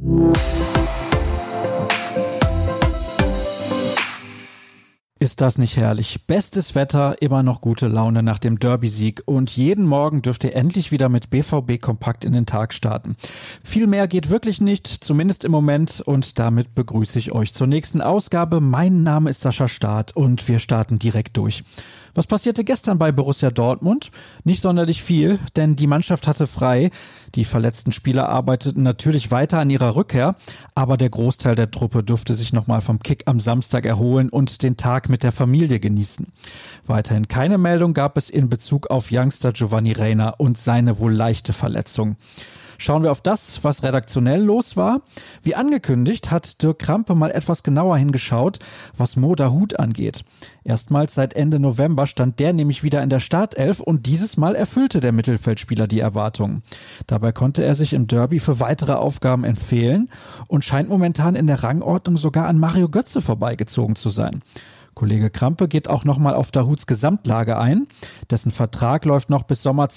Ist das nicht herrlich? Bestes Wetter, immer noch gute Laune nach dem Derby-Sieg und jeden Morgen dürft ihr endlich wieder mit BVB Kompakt in den Tag starten. Viel mehr geht wirklich nicht, zumindest im Moment, und damit begrüße ich euch zur nächsten Ausgabe. Mein Name ist Sascha Staat und wir starten direkt durch. Was passierte gestern bei Borussia Dortmund? Nicht sonderlich viel, denn die Mannschaft hatte frei. Die verletzten Spieler arbeiteten natürlich weiter an ihrer Rückkehr, aber der Großteil der Truppe durfte sich nochmal vom Kick am Samstag erholen und den Tag mit der Familie genießen. Weiterhin keine Meldung gab es in Bezug auf Youngster Giovanni Reina und seine wohl leichte Verletzung. Schauen wir auf das, was redaktionell los war. Wie angekündigt hat Dirk Krampe mal etwas genauer hingeschaut, was Mo Dahoud angeht. Erstmals seit Ende November stand der nämlich wieder in der Startelf und dieses Mal erfüllte der Mittelfeldspieler die Erwartungen. Dabei konnte er sich im Derby für weitere Aufgaben empfehlen und scheint momentan in der Rangordnung sogar an Mario Götze vorbeigezogen zu sein. Kollege Krampe geht auch nochmal auf Dahouds Gesamtlage ein. Dessen Vertrag läuft noch bis Sommer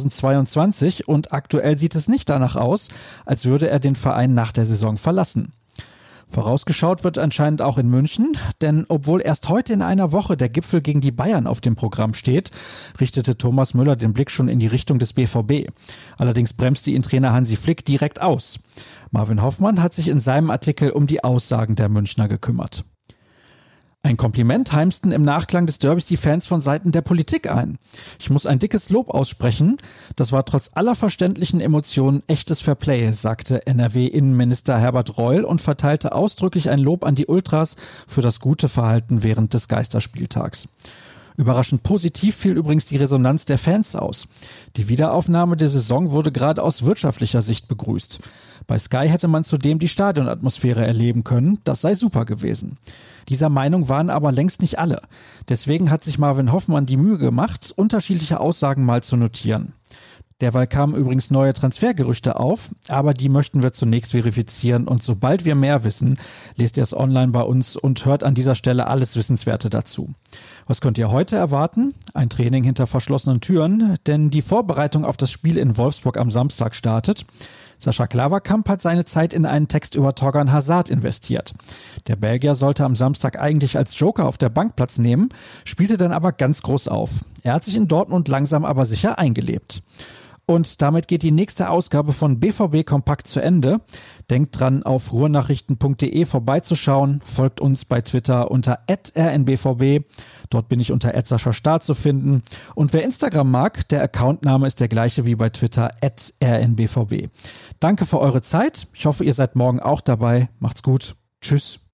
2022 und aktuell sieht es nicht danach aus, als würde er den Verein nach der Saison verlassen. Vorausgeschaut wird anscheinend auch in München, denn obwohl erst heute in einer Woche der Gipfel gegen die Bayern auf dem Programm steht, richtete Thomas Müller den Blick schon in die Richtung des BVB. Allerdings bremste ihn Trainer Hansi Flick direkt aus. Marvin Hoffmann hat sich in seinem Artikel um die Aussagen der Münchner gekümmert. Ein Kompliment heimsten im Nachklang des Derbys die Fans von Seiten der Politik ein. Ich muss ein dickes Lob aussprechen. Das war trotz aller verständlichen Emotionen echtes Fairplay, sagte NRW-Innenminister Herbert Reul und verteilte ausdrücklich ein Lob an die Ultras für das gute Verhalten während des Geisterspieltags. Überraschend positiv fiel übrigens die Resonanz der Fans aus. Die Wiederaufnahme der Saison wurde gerade aus wirtschaftlicher Sicht begrüßt. Bei Sky hätte man zudem die Stadionatmosphäre erleben können, das sei super gewesen. Dieser Meinung waren aber längst nicht alle. Deswegen hat sich Marvin Hoffmann die Mühe gemacht, unterschiedliche Aussagen mal zu notieren. Derweil kamen übrigens neue Transfergerüchte auf, aber die möchten wir zunächst verifizieren und sobald wir mehr wissen, lest ihr es online bei uns und hört an dieser Stelle alles Wissenswerte dazu. Was könnt ihr heute erwarten? Ein Training hinter verschlossenen Türen, denn die Vorbereitung auf das Spiel in Wolfsburg am Samstag startet. Sascha Klaverkamp hat seine Zeit in einen Text über Thorgan Hazard investiert. Der Belgier sollte am Samstag eigentlich als Joker auf der Bank Platz nehmen, spielte dann aber ganz groß auf. Er hat sich in Dortmund langsam aber sicher eingelebt. Und damit geht die nächste Ausgabe von BVB Kompakt zu Ende. Denkt dran, auf ruhrnachrichten.de vorbeizuschauen. Folgt uns bei Twitter unter @rnbvb. Dort bin ich unter @SaschaStaat zu finden. Und wer Instagram mag, der Accountname ist der gleiche wie bei Twitter @rnbvb. Danke für eure Zeit. Ich hoffe, ihr seid morgen auch dabei. Macht's gut. Tschüss.